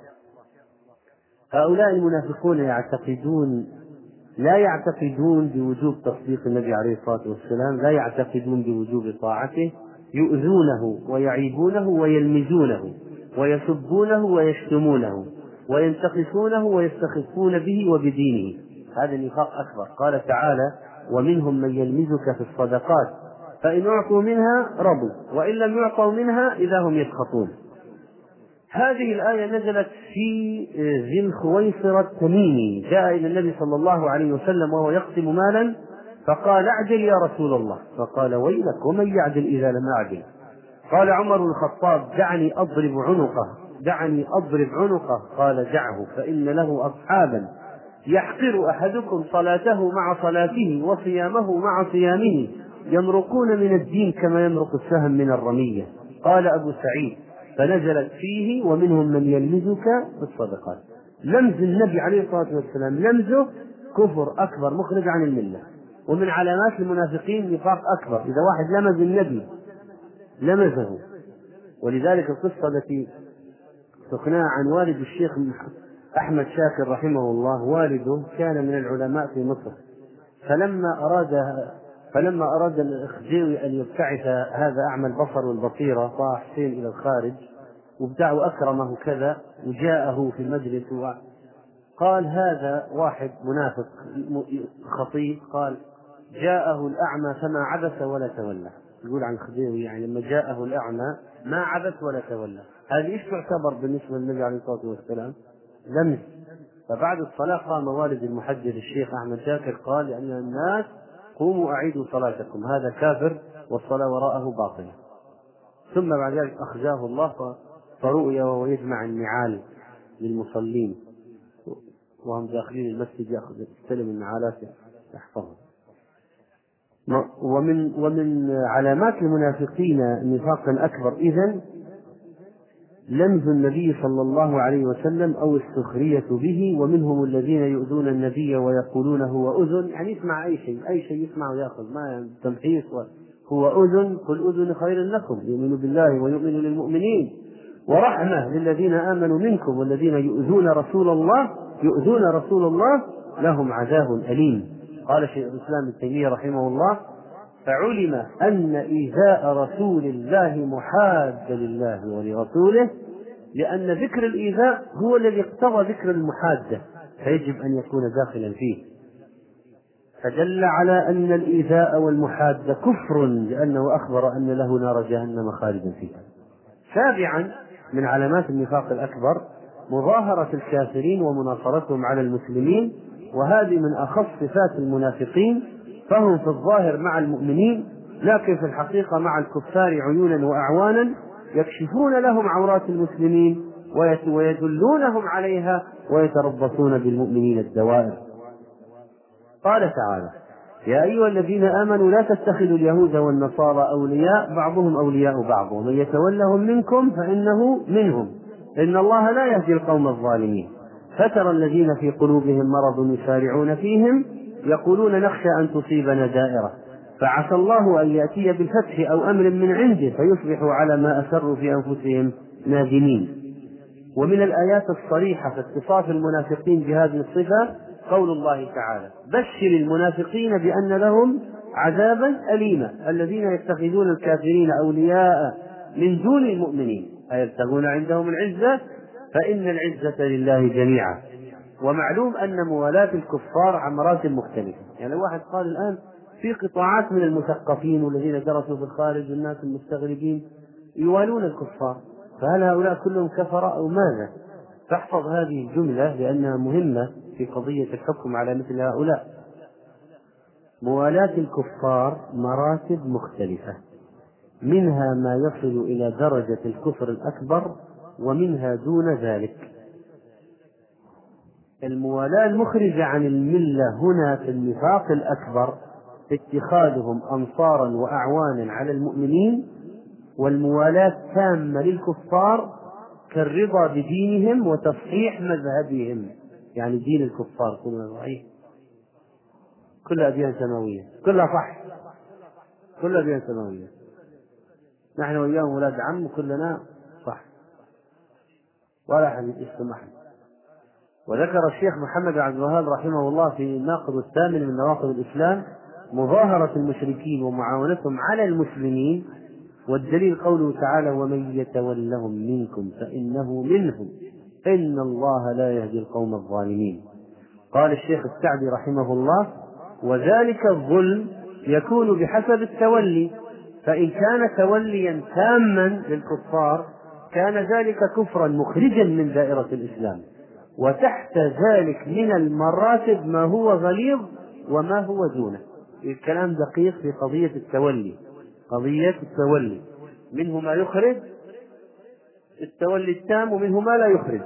هؤلاء المنافقون يعتقدون لا يعتقدون بوجوب تصديق النبي عليه الصلاة والسلام، لا يعتقدون بوجوب طاعته، يؤذونه ويعيبونه ويلمزونه ويسبونه ويشتمونه وينتقصونه ويستخفون به وبدينه. هذا نفاق أكبر. قال تعالى: ومنهم من يلمزك في الصدقات فإن أعطوا منها رضوا وإن لم يعطوا منها إذا هم يسخطون. هذه الآية نزلت في ذي الخويصرة التميمي، جاء إلى النبي صلى الله عليه وسلم وهو يقسم مالا فقال: أعدل يا رسول الله. فقال: ويلك ومن يعدل إذا لم أعدل؟ قال عمر بن الخطاب: دعني أضرب عنقه دعني أضرب عنقه قال: دعه فإن له أصحابا يحقر أحدكم صلاته مع صلاته وصيامه مع صيامه يمرقون من الدين كما يمرق السهم من الرمية. قال أبو سعيد: فنزلت فيه: ومنهم من يلمزك في الصدقات. لمز النبي عليه الصلاة والسلام لمزه كفر أكبر مخرج عن الملة، ومن علامات المنافقين نفاق أكبر. إذا واحد لمز النبي لمزه. ولذلك القصة التي سقناها عن والد الشيخ أحمد شاكر رحمه الله، والده كان من العلماء في مصر، فلما أراد فلما أراد الخديوي أن يبتعث هذا أعمى البصر والبصيرة طه حسين إلى الخارج وابتعه أكرمه كذا، وجاءه في المجلس قال: هذا واحد منافق خطيب، قال: جاءه الأعمى فما عبس ولا تولى. يقول عن الخديوي يعني لما جاءه الأعمى ما عبس ولا تولى. هذه إيش تعتبر بالنسبة للنبي عليه الصلاة والسلام؟ لمس. فبعد الصلاة قام والد المحدث الشيخ أحمد شاكر قال لأن الناس: قوموا أعيدوا صلاتكم، هذا كافر والصلاة وراءه باطلة. ثم بعد ذلك أخزاه الله فرؤي وهو يجمع النعال للمصلين وهم داخلين المسجد، يأخذ يستلم النعالات يحفظها. ومن ومن علامات المنافقين نفاقا أكبر إذن لمز النبي صلى الله عليه وسلم أو السخرية به. ومنهم الذين يؤذون النبي ويقولون هو أذن، يعني يسمع أي شيء أي شيء يسمع ويأخذ، ما تمحيص. هو أذن، قل أذن خير لكم يؤمن بالله ويؤمن للمؤمنين ورحمة للذين آمنوا منكم والذين يؤذون رسول الله يؤذون رسول الله لهم عذاب أليم. قال شيخ الإسلام ابن تيمية رحمه الله: فعلم أن إيذاء رسول الله محاد لله ولرسوله، لأن ذكر الإيذاء هو الذي اقتضى ذكر المحادة، فيجب أن يكون داخلا فيه. فدل على أن الإيذاء والمحادة كفر، لأنه أخبر أن له نار جهنم خالدا فيها. سابعا من علامات النفاق الأكبر مظاهرة الكافرين ومناصرتهم على المسلمين، وهذه من أخص صفات المنافقين، فهم في الظاهر مع المؤمنين لكن في الحقيقة مع الكفار عيونا وأعوانا، يكشفون لهم عورات المسلمين ويدلونهم عليها ويتربصون بالمؤمنين الدوائر. قال تعالى: يا أيها الذين آمنوا لا تتخذوا اليهود والنصارى أولياء بعضهم أولياء بعض ومن يتولهم منكم فإنه منهم إن الله لا يهدي القوم الظالمين. فترى الذين في قلوبهم مرض يسارعون فيهم يقولون نخشى أن تصيبنا دائرة فعسى الله أن يأتي بالفتح أو أمر من عنده فيصبحوا على ما أسروا في أنفسهم نادمين. ومن الآيات الصريحة في اتصاف المنافقين بهذه الصفة قول الله تعالى: بشر المنافقين بأن لهم عذابا أليما الذين يتخذون الكافرين أولياء من دون المؤمنين أيبتغون عندهم العزة فإن العزة لله جميعا. ومعلوم أن موالاة الكفار عن مراتب مختلفة. يعني واحد قال الآن في قطاعات من المثقفين والذين درسوا في الخارج والناس المستغربين يوالون الكفار، فهل هؤلاء كلهم كفر أو ماذا؟ فاحفظ هذه الجملة لأنها مهمة في قضية الحكم على مثل هؤلاء. موالاة الكفار مراتب مختلفة، منها ما يصل إلى درجة الكفر الأكبر ومنها دون ذلك. الموالاة المخرجة عن الملة هنا في النفاق الأكبر اتخاذهم أنصارا وأعوانا على المؤمنين، والموالاة تامة للكفار كالرضا بدينهم وتصحيح مذهبهم. يعني دين الكفار كلها ضعيف، كلها أديان سماوية، كلها صح، كلها أديان سماوية، نحن وإياهم ولاد عم كلنا ولا حديث اسم أحمد. وذكر الشيخ محمد عبد الوهاب رحمه الله في الناقض الثامن من نواقض الإسلام مظاهرة المشركين ومعاونتهم على المسلمين، والدليل قوله تعالى: ومن يتولهم منكم فإنه منهم إن الله لا يهدي القوم الظالمين. قال الشيخ السعدي رحمه الله: وذلك الظلم يكون بحسب التولي، فإن كان توليا تاما للكفار كان ذلك كفرا مخرجا من دائرة الإسلام، وتحت ذلك من المراتب ما هو غليظ وما هو دونه. الكلام دقيق في قضية التولي. قضية التولي منه ما يخرج التولي التام ومنه ما لا يخرج.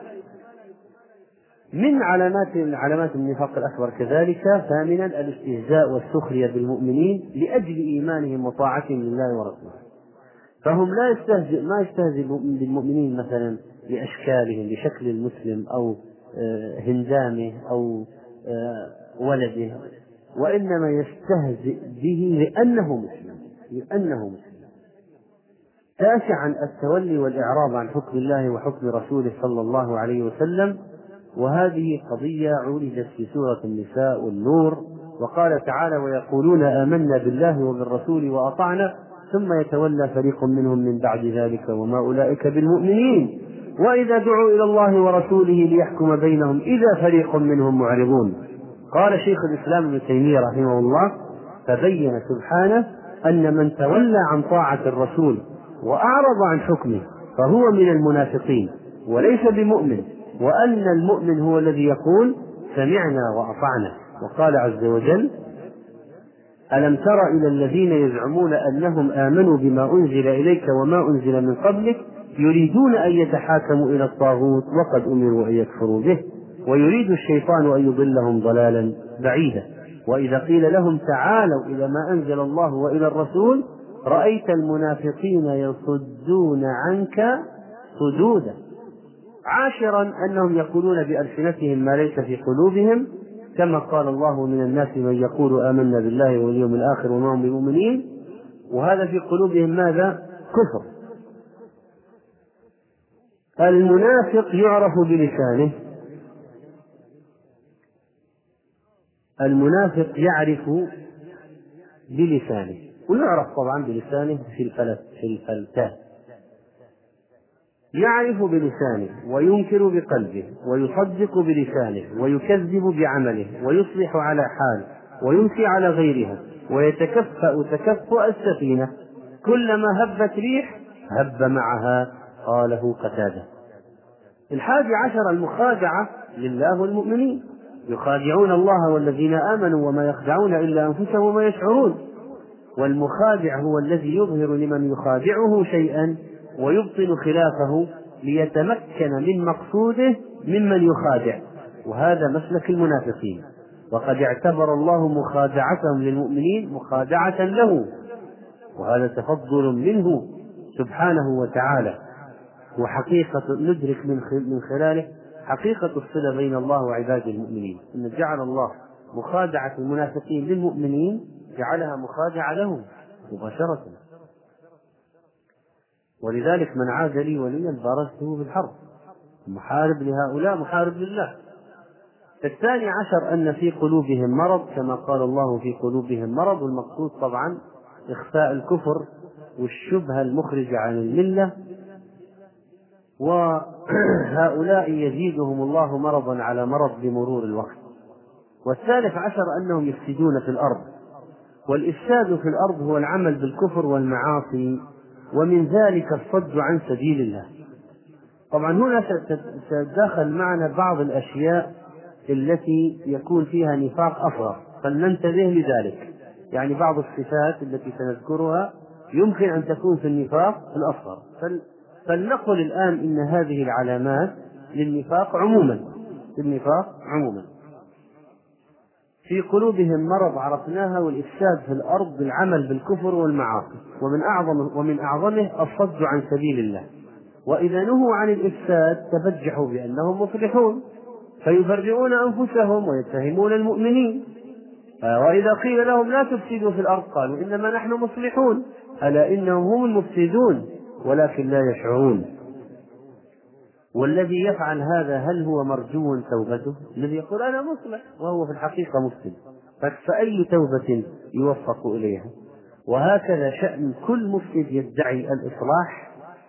من علامات علامات النفاق الأكبر كذلك ثامنا الاستهزاء والسخرية بالمؤمنين لأجل إيمانهم وطاعتهم لله ورسوله. فهم لا يستهزئ ما يستهزئ بالمؤمنين مثلا لأشكالهم، لشكل المسلم أو هندامه أو ولده، وإنما يستهزئ به لأنه مسلم لأنه مسلم. تاسعا التولي والإعراض عن حكم الله وحكم رسوله صلى الله عليه وسلم، وهذه قضية عولجت في سورة النساء والنور. وقال تعالى: ويقولون آمنا بالله وبالرسول وأطعنا ثم يتولى فريق منهم من بعد ذلك وما أولئك بالمؤمنين وإذا دعوا إلى الله ورسوله ليحكم بينهم إذا فريق منهم معرضون. قال شيخ الإسلام ابن تيمية رحمه الله: فبين سبحانه أن من تولى عن طاعة الرسول وأعرض عن حكمه فهو من المنافقين وليس بمؤمن، وأن المؤمن هو الذي يقول سمعنا وأطعنا. وقال عز وجل: ألم تر إلى الذين يزعمون أنهم آمنوا بما أنزل إليك وما أنزل من قبلك يريدون أن يتحاكموا إلى الطاغوت وقد أمروا أن يكفروا به ويريد الشيطان أن يضلهم ضلالا بعيدا. وإذا قيل لهم تعالوا إلى ما أنزل الله وإلى الرسول رأيت المنافقين يصدون عنك صدودا. عاشرا أنهم يقولون بألسنتهم ما ليس في قلوبهم، كما قال الله: من الناس من يقول آمنا بالله واليوم الآخر وما هم بمؤمنين، وهذا في قلوبهم ماذا؟ كفر. المنافق يعرف بلسانه. المنافق يعرف بلسانه ويعرف طبعا بلسانه في الفلت في الفلتات. يعرف بلسانه وينكر بقلبه ويصدق بلسانه ويكذب بعمله ويصلح على حال وينسي على غيرها ويتكفأ تكفؤ السفينة، كلما هبت ريح هب معها. قاله قتادة. الحادي عشر المخادعة لله والمؤمنين. يخادعون الله والذين آمنوا وما يخدعون إلا أنفسهم وما يشعرون. والمخادع هو الذي يظهر لمن يخادعه شيئا ويبطن خلافه ليتمكن من مقصوده ممن يخادع، وهذا مسلك المنافقين. وقد اعتبر الله مخادعتهم للمؤمنين مخادعة له، وهذا تفضل منه سبحانه وتعالى، وحقيقة ندرك من خلاله حقيقة الصلة بين الله وعباده المؤمنين. إن جعل الله مخادعة المنافقين للمؤمنين جعلها مخادعة لهم مباشرة. ولذلك من عاد لي وليا بارزته بالحرب، محارب لهؤلاء محارب لله. الثاني عشر أن في قلوبهم مرض، كما قال الله: في قلوبهم مرض، والمقصود طبعا إخفاء الكفر والشبهة المخرجة عن الملة، وهؤلاء يزيدهم الله مرضا على مرض بمرور الوقت. والثالث عشر أنهم يفسدون في الأرض، والإفساد في الأرض هو العمل بالكفر والمعاصي، ومن ذلك الصد عن سبيل الله. طبعا هنا سيتداخل معنا بعض الأشياء التي يكون فيها نفاق أصغر، فلننتبه لذلك. يعني بعض الصفات التي سنذكرها يمكن أن تكون في النفاق الأصغر، فلنقل الآن إن هذه العلامات للنفاق عموما للنفاق عموما في قلوبهم مرض عرفناها، والإفساد في الأرض بالعمل بالكفر والمعاصي، ومن أعظم ومن أعظمه الصد عن سبيل الله. وإذا نهوا عن الإفساد تبجحوا بأنهم مصلحون فيبرئون أنفسهم ويتهمون المؤمنين. وإذا قيل لهم لا تفسدوا في الأرض قالوا إنما نحن مصلحون، ألا إنهم هم المفسدون ولكن لا يشعرون. والذي يفعل هذا هل هو مرجو توبته؟ الذي يقول أنا مصلح وهو في الحقيقة مفسد، فأي توبة يوفق إليها؟ وهكذا شأن كل مفسد يدعي الإصلاح.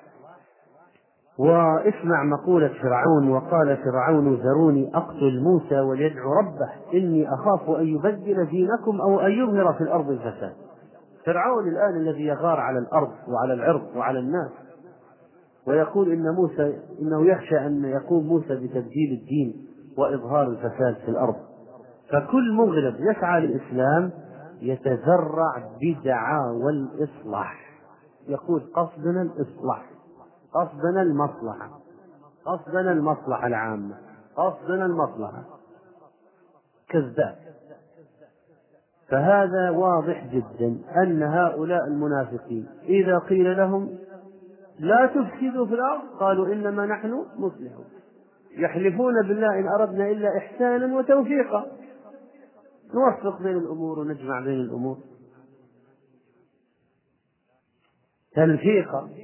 واسمع مقولة فرعون: وقال فرعون ذروني أقتل موسى وليدعو ربه إني أخاف أن يبدل دينكم أو أن يظهر في الأرض الفساد. فرعون الآن الذي يغار على الأرض وعلى العرض وعلى الناس، ويقول إن موسى إنه يخشى أن يقوم موسى بتبديل الدين وإظهار الفساد في الأرض. فكل مغرب يسعى للإسلام يتذرع بدعاوى الإصلاح، يقول قصدنا الإصلاح، قصدنا المصلحة، قصدنا المصلحة العامة، قصدنا المصلحة. كذاب. فهذا واضح جدا أن هؤلاء المنافقين إذا قيل لهم لا تفسدوا في الأرض قالوا إنما نحن مصلحون، يحلفون بالله إن أردنا إلا إحسانا وتوفيقا، نوفق بين الأمور ونجمع بين الأمور، تلفيقا.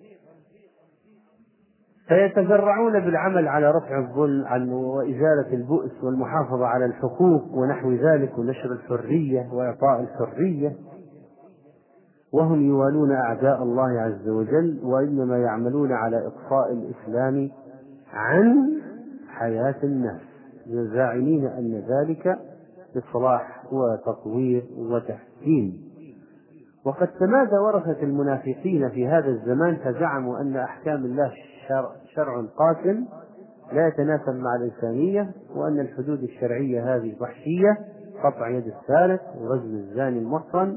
فيتذرعون بالعمل على رفع الظلم وإزالة البؤس والمحافظة على الحقوق ونحو ذلك ونشر الحرية وإعطاء الحرية، وهم يوالون أعداء الله عز وجل، وإنما يعملون على إقصاء الإسلام عن حياة الناس، زاعمين أن ذلك إصلاح وتطوير وتحسين. وقد تمادى ورثة المنافقين في هذا الزمان فزعموا أن أحكام الله شرع, شرع قاسم لا يتناسب مع الإنسانية، وأن الحدود الشرعية هذه وحشية، قطع يد السارق ورجم الزاني المحصن.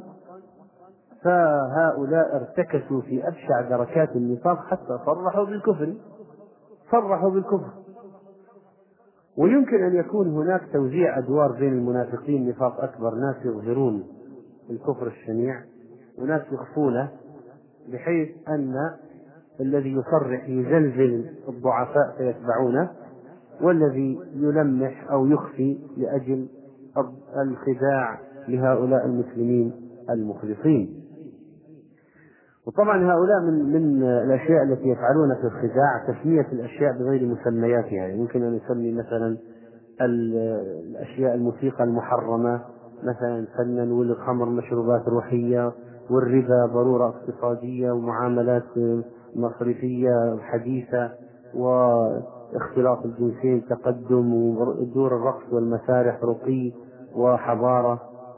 فهؤلاء ارتكسوا في أبشع دركات النفاق حتى صرحوا بالكفر، صرحوا بالكفر. ويمكن أن يكون هناك توزيع أدوار بين المنافقين، نفاق أكبر، ناس يظهرون الكفر الشنيع وناس يخفونه، بحيث أن الذي يصرح يزلزل الضعفاء فيتبعونه، والذي يلمح أو يخفي لأجل الخداع لهؤلاء المسلمين المخلصين. وطبعا هؤلاء من, من الأشياء التي يفعلون في الخداع تسمية الأشياء بغير مسمياتها. يعني يمكن أن يسمي مثلا الأشياء الموسيقى المحرمة مثلا الفن والخمر مشروبات روحية، والربا ضرورة اقتصادية ومعاملات مصرفية حديثة، واختلاط الجنسين تقدم، ودور الرقص والمسارح رقي وحضارة،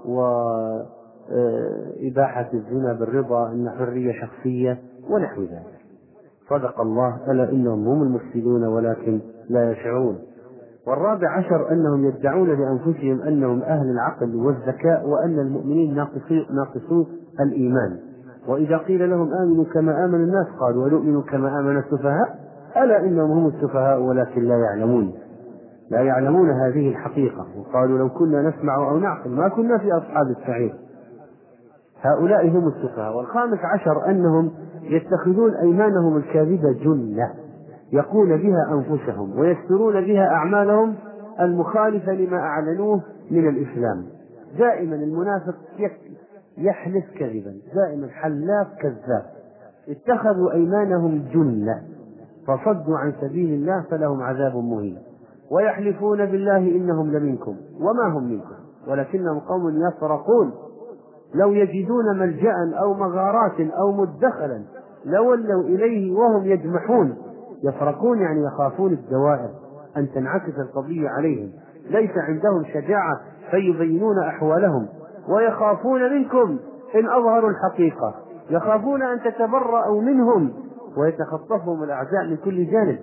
وإباحة الزنا بالرضا إن حرية شخصية ونحو ذلك. صدق الله: ألا إنهم هم المفسدون ولكن لا يشعرون. والرابع عشر أنهم يدعون لأنفسهم أنهم أهل العقل والذكاء، وأن المؤمنين ناقصو الإيمان، وإذا قيل لهم آمنوا كما آمن الناس قالوا ونؤمن كما آمن السفهاء، ألا إنهم هم السفهاء ولكن لا يعلمون، لا يعلمون هذه الحقيقة. وقالوا لو كنا نسمع أو نعقل ما كنا في أصحاب السعير. هؤلاء هم السفهاء. والخامس عشر أنهم يتخذون أيمانهم الكاذبة جنة يقون بها أنفسهم ويسترون بها أعمالهم المخالفة لما أعلنوه من الإسلام. دائما المنافق يحلف كذبا، دائما حلاف كذاب. اتخذوا أيمانهم جنة فصدوا عن سبيل الله فلهم عذاب مهين، ويحلفون بالله إنهم لمنكم وما هم منكم ولكنهم قوم يفرقون. لو يجدون ملجأ أو مغارات أو مدخلا لولوا إليه وهم يجمحون. يفرقون يعني يخافون الدوائر أن تنعكس القضية عليهم، ليس عندهم شجاعة فيبينون أحوالهم، ويخافون منكم إن أظهروا الحقيقة، يخافون أن تتبرأوا منهم ويتخطفهم الأعداء من كل جانب.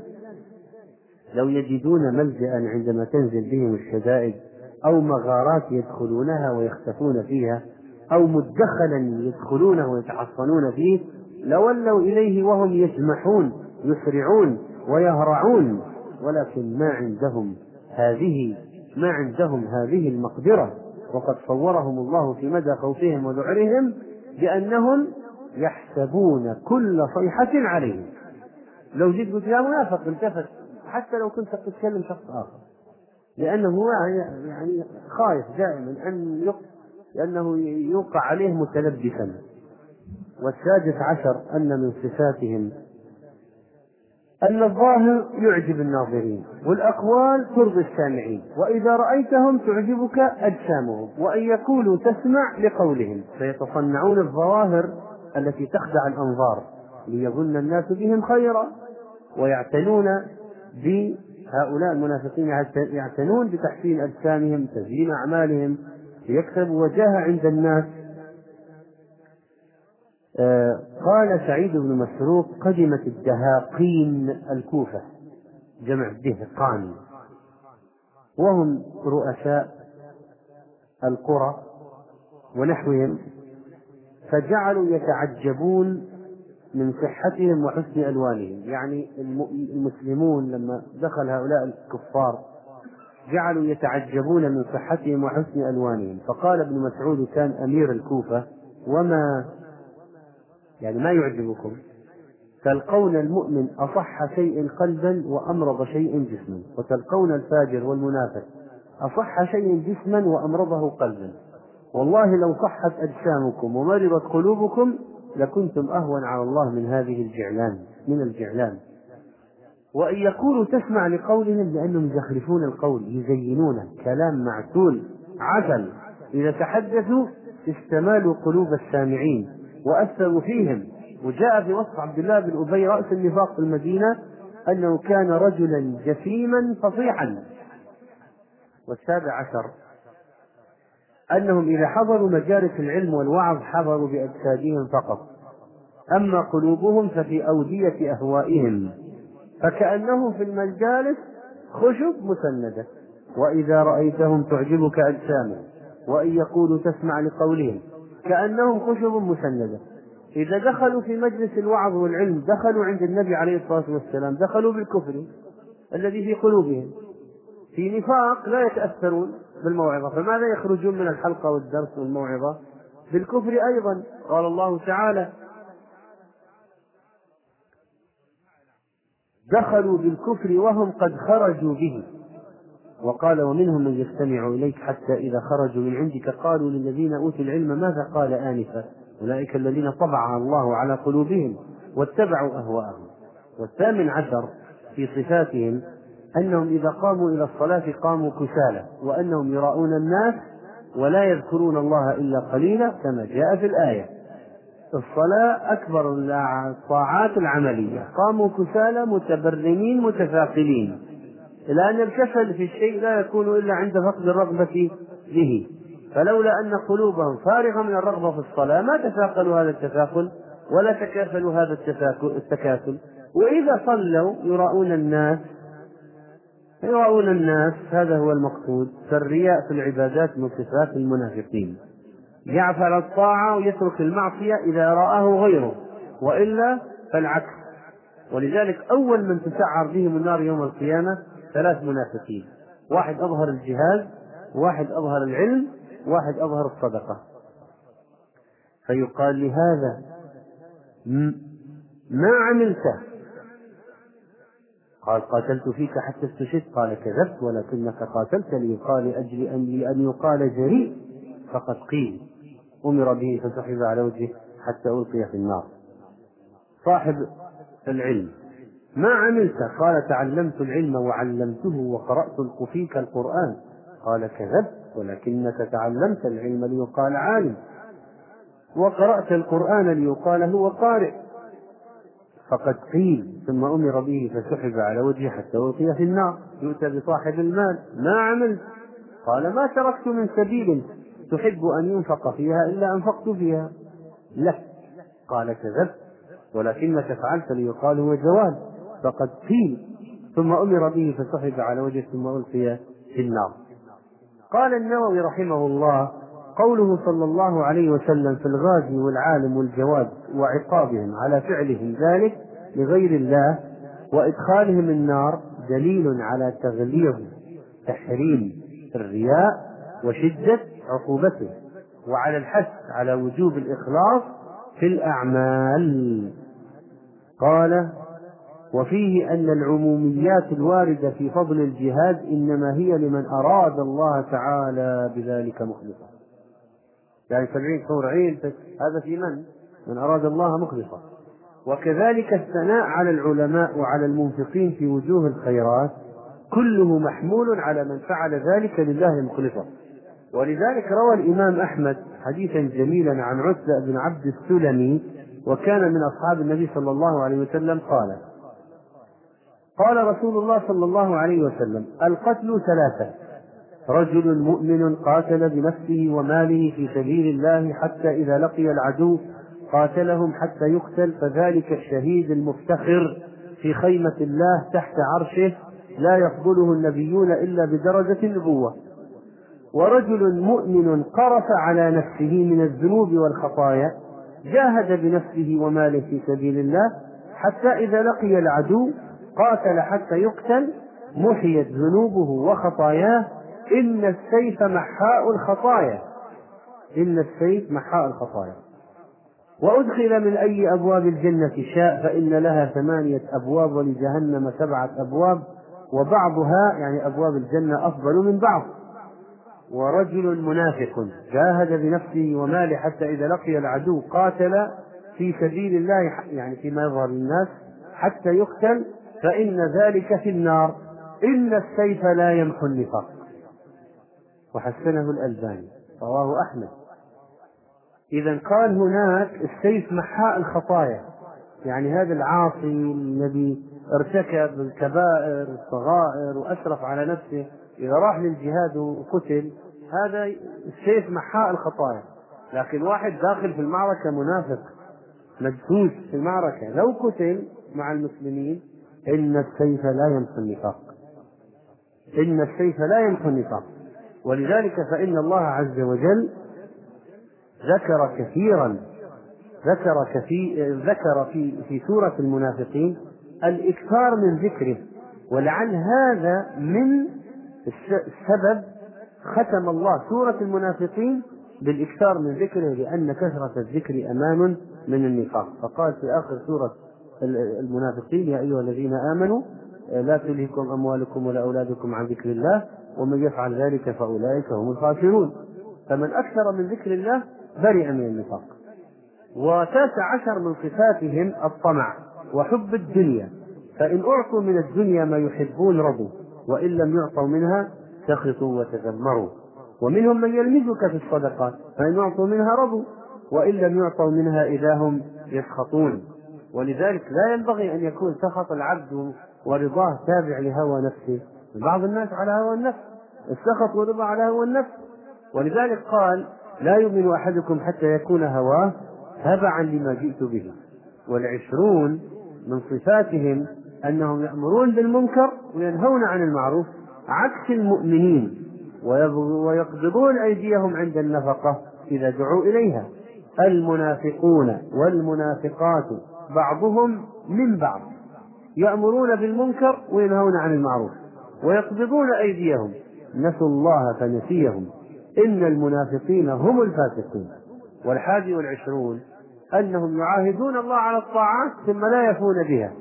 لو يجدون ملجأ عندما تنزل بهم الشدائد أو مغارات يدخلونها ويختفون فيها أو مدخلا يدخلونه ويتحصنون فيه لولوا إليه وهم يجمحون، يسرعون ويهرعون، ولكن ما عندهم هذه ما عندهم هذه المقدرة. وقد صورهم الله في مدى خوفهم وذعرهم بأنهم يحسبون كل صيحة عليهم. لو جيت قلت يا منافق التفت حتى لو كنت تتكلم شخص آخر، لأنه هو يعني خايف دائما أن يق... لأنه يوقع عليه متلبسا. والسادس عشر أن من صفاتهم أن الظاهر يعجب الناظرين والأقوال ترضي السامعين، وإذا رأيتهم تعجبك أجسامهم، وإن يقولوا تسمع لقولهم، فيتصنعون الظواهر التي تخدع الأنظار ليظن الناس بهم خيرا، ويعتنون بهؤلاء المنافقين، يعتنون بتحسين أجسامهم، تزيين أعمالهم ليكسبوا وجاهة عند الناس. آه قال سعيد بن مسروق: قدمت الدهاقين الكوفة، جمع دهقان، وهم رؤساء القرى ونحوهم، فجعلوا يتعجبون من صحتهم وحسن ألوانهم. يعني المسلمون لما دخل هؤلاء الكفار جعلوا يتعجبون من صحتهم وحسن ألوانهم. فقال ابن مسعود كان أمير الكوفة: وما يعني ما يعجبكم؟ تلقون المؤمن أصح شيء قلبا وأمرض شيء جسما، وتلقون الفاجر والمنافق أصح شيء جسما وأمرضه قلبا، والله لو صحت أجسامكم ومرضت قلوبكم لكنتم أهون على الله من هذه الجعلان من الجعلان. وإن يقولوا تسمع لقولهم، لأنهم يزخرفون القول، يزينون كلام معسول عسل، إذا تحدثوا استمالوا قلوب السامعين وأثروا فيهم. وجاء في وصف عبد الله بن أبي رأس النفاق في المدينة أنه كان رجلا جسيما فصيحا. والسابع عشر أنهم إذا حضروا مجالس العلم والوعظ حضروا بأجسادهم فقط، أما قلوبهم ففي أودية أهوائهم، فكأنهم في المجالس خشب مسندة. وإذا رأيتهم تعجبك أجسامهم، وإن يقولوا تسمع لقولهم، كأنهم خشب مسندة. إذا دخلوا في مجلس الوعظ والعلم دخلوا عند النبي عليه الصلاة والسلام دخلوا بالكفر الذي في قلوبهم، في نفاق لا يتأثرون بالموعظة، فماذا يخرجون من الحلقة والدرس والموعظة؟ بالكفر أيضا. قال الله تعالى: دخلوا بالكفر وهم قد خرجوا به. وقال: ومنهم من يستمع إليك حتى إذا خرجوا من عندك قالوا للذين أوتوا العلم ماذا قال آنفا أولئك الذين طبع الله على قلوبهم واتبعوا أهواءهم. والثامن عشر في صفاتهم أنهم إذا قاموا إلى الصلاة قاموا كسالى، وأنهم يراؤون الناس ولا يذكرون الله إلا قليلا، كما جاء في الآية: الصلاة أكبر الطاعات العملية، قاموا كسالى متبرمين متثاقلين، لأن الكسل في الشيء لا يكون إلا عند فقد الرغبة به، فلولا أن قلوبهم فارغة من الرغبة في الصلاة ما تثاقلوا هذا التثاقل ولا تكافلوا هذا التكاسل. وإذا صلوا يراؤون الناس يراؤون الناس هذا هو المقصود. فالرياء في العبادات من صفات المنافقين، يعفل الطاعة ويترك المعصية إذا رآه غيره، وإلا فالعكس. ولذلك أول من تسعر بهم النار يوم القيامة ثلاث منافقين: واحد أظهر الجهاد، واحد أظهر العلم، واحد أظهر الصدقة. فيقال لهذا: ما عملته؟ قال: قاتلت فيك حتى استشهدت. قال: كذبت ولكنك قاتلت ليقال أجل أن لأن يقال جريء، فقد قيل. أمر به فسحب على وجهه حتى ألقي في النار. صاحب العلم: ما عملت؟ قال: تعلمت العلم وعلمته وقرأت فيك القرآن. قال: كذبت ولكنك تعلمت العلم ليقال عالم، وقرأت القرآن ليقال هو قارئ، فقد قيل. ثم أمر به فسحب على وجهه حتى ألقي في النار. يؤتى بصاحب المال: ما عملت؟ قال: ما تركت من سبيل تحب أن ينفق فيها إلا أنفقت فيها لك. قال: كذبت ولكنك فعلت ليقال هو جواد، فقد قيل. ثم أمر به فسحب على وجهه ثم ألقي في النار. قال النووي رحمه الله: قوله صلى الله عليه وسلم في الغازي والعالم والجواد وعقابهم على فعلهم ذلك لغير الله وإدخالهم النار دليل على تغليظ تحريم الرياء وشدة عقوبته، وعلى الحث على وجوب الإخلاص في الأعمال. قال: وفيه أن العموميات الواردة في فضل الجهاد إنما هي لمن أراد الله تعالى بذلك مخلصا. يعني سبعين حور عين هذا في من؟ من أراد الله مخلصا. وكذلك الثناء على العلماء وعلى المنفقين في وجوه الخيرات كله محمول على من فعل ذلك لله مخلصا. ولذلك روى الإمام أحمد حديثا جميلا عن عتبة بن عبد السلمي، وكان من أصحاب النبي صلى الله عليه وسلم، قال قال رسول الله صلى الله عليه وسلم: القتل ثلاثة: رجل مؤمن قاتل بنفسه وماله في سبيل الله حتى إذا لقي العدو قاتلهم حتى يقتل، فذلك الشهيد المفتخر في خيمة الله تحت عرشه لا يفضله النبيون إلا بدرجة النبوة. ورجل مؤمن قرف على نفسه من الذنوب والخطايا جاهد بنفسه وماله في سبيل الله حتى إذا لقي العدو قاتل حتى يقتل، محيت ذنوبه وخطاياه، إن السيف محاء الخطايا إن السيف محاء الخطايا. وأدخل من أي أبواب الجنة شاء فإن لها ثمانية أبواب ولجهنم سبعة أبواب وبعضها يعني أبواب الجنة أفضل من بعض. ورجل منافق جاهد بنفسه وماله حتى إذا لقي العدو قاتل في سبيل الله يعني فيما يظهر للناس حتى يقتل، فإن ذلك في النار، إن السيف لا يمحو النفاق. وحسنه الألباني، رواه أحمد. إذا قال هناك السيف محاء الخطايا، يعني هذا العاصي الذي ارتكب الكبائر الصغائر وأشرف على نفسه إذا راح للجهاد وقتل، هذا السيف محاء الخطايا. لكن واحد داخل في المعركة منافق مدسوس في المعركة لو قتل مع المسلمين، إن السيف لا يمحو النفاق إن السيف لا يمحو النفاق. ولذلك فإن الله عز وجل ذكر كثيرا ذكر كثير ذكر في في سورة المنافقين الإكثار من ذكره، ولعل هذا من السبب ختم الله سورة المنافقين بالإكثار من ذكره، لأن كثرة الذكر أمان من النفاق. فقال في آخر سورة المنافقين: يا أيها الذين آمنوا لا تلهكم أموالكم ولا أولادكم عن ذكر الله ومن يفعل ذلك فأولئك هم الخاسرون. فمن أكثر من ذكر الله برئ من النفاق. وتاسع عشر من صفاتهم الطمع وحب الدنيا، فإن أعطوا من الدنيا ما يحبون رضوا، وإن لم يعطوا منها سخطوا وتذمروا. ومنهم من يلمزك في الصدقات فإن أعطوا منها رضوا، وإن لم يعطوا منها إذا هم يسخطون. ولذلك لا ينبغي أن يكون سخط العبد ورضاه تابع لهوى نفسه. بعض الناس على هوى النفس، السخط ورضا على هوى النفس. ولذلك قال: لا يؤمن أحدكم حتى يكون هواه تبعا لما جئت به. والعشرون من صفاتهم أنهم يأمرون بالمنكر وينهون عن المعروف عكس المؤمنين، ويقبضون أيديهم عند النفقة إذا دعوا إليها. المنافقون والمنافقات بعضهم من بعض، يأمرون بالمنكر وينهون عن المعروف ويقبضون أيديهم، نسوا الله فنسيهم، إن المنافقين هم الفاسقون. والحادي والعشرون أنهم يعاهدون الله على الطاعات ثم لا يفون بها.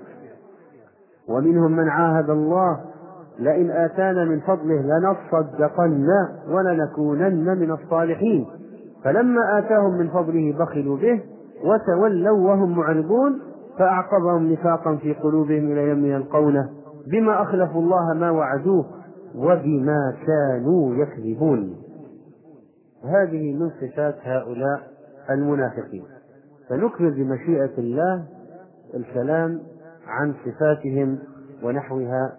ومنهم من عاهد الله لئن آتانا من فضله لنصدقن ولنكونن من الصالحين، فلما آتاهم من فضله بخلوا به وتولوا وهم معرضون، فأعقبهم نفاقا في قلوبهم إلى يوم يلقونه بما أخلفوا الله ما وعدوه وبما كانوا يكذبون. هذه من صفات هؤلاء المنافقين. فنكمل بمشيئة الله الكلام عن صفاتهم ونحوها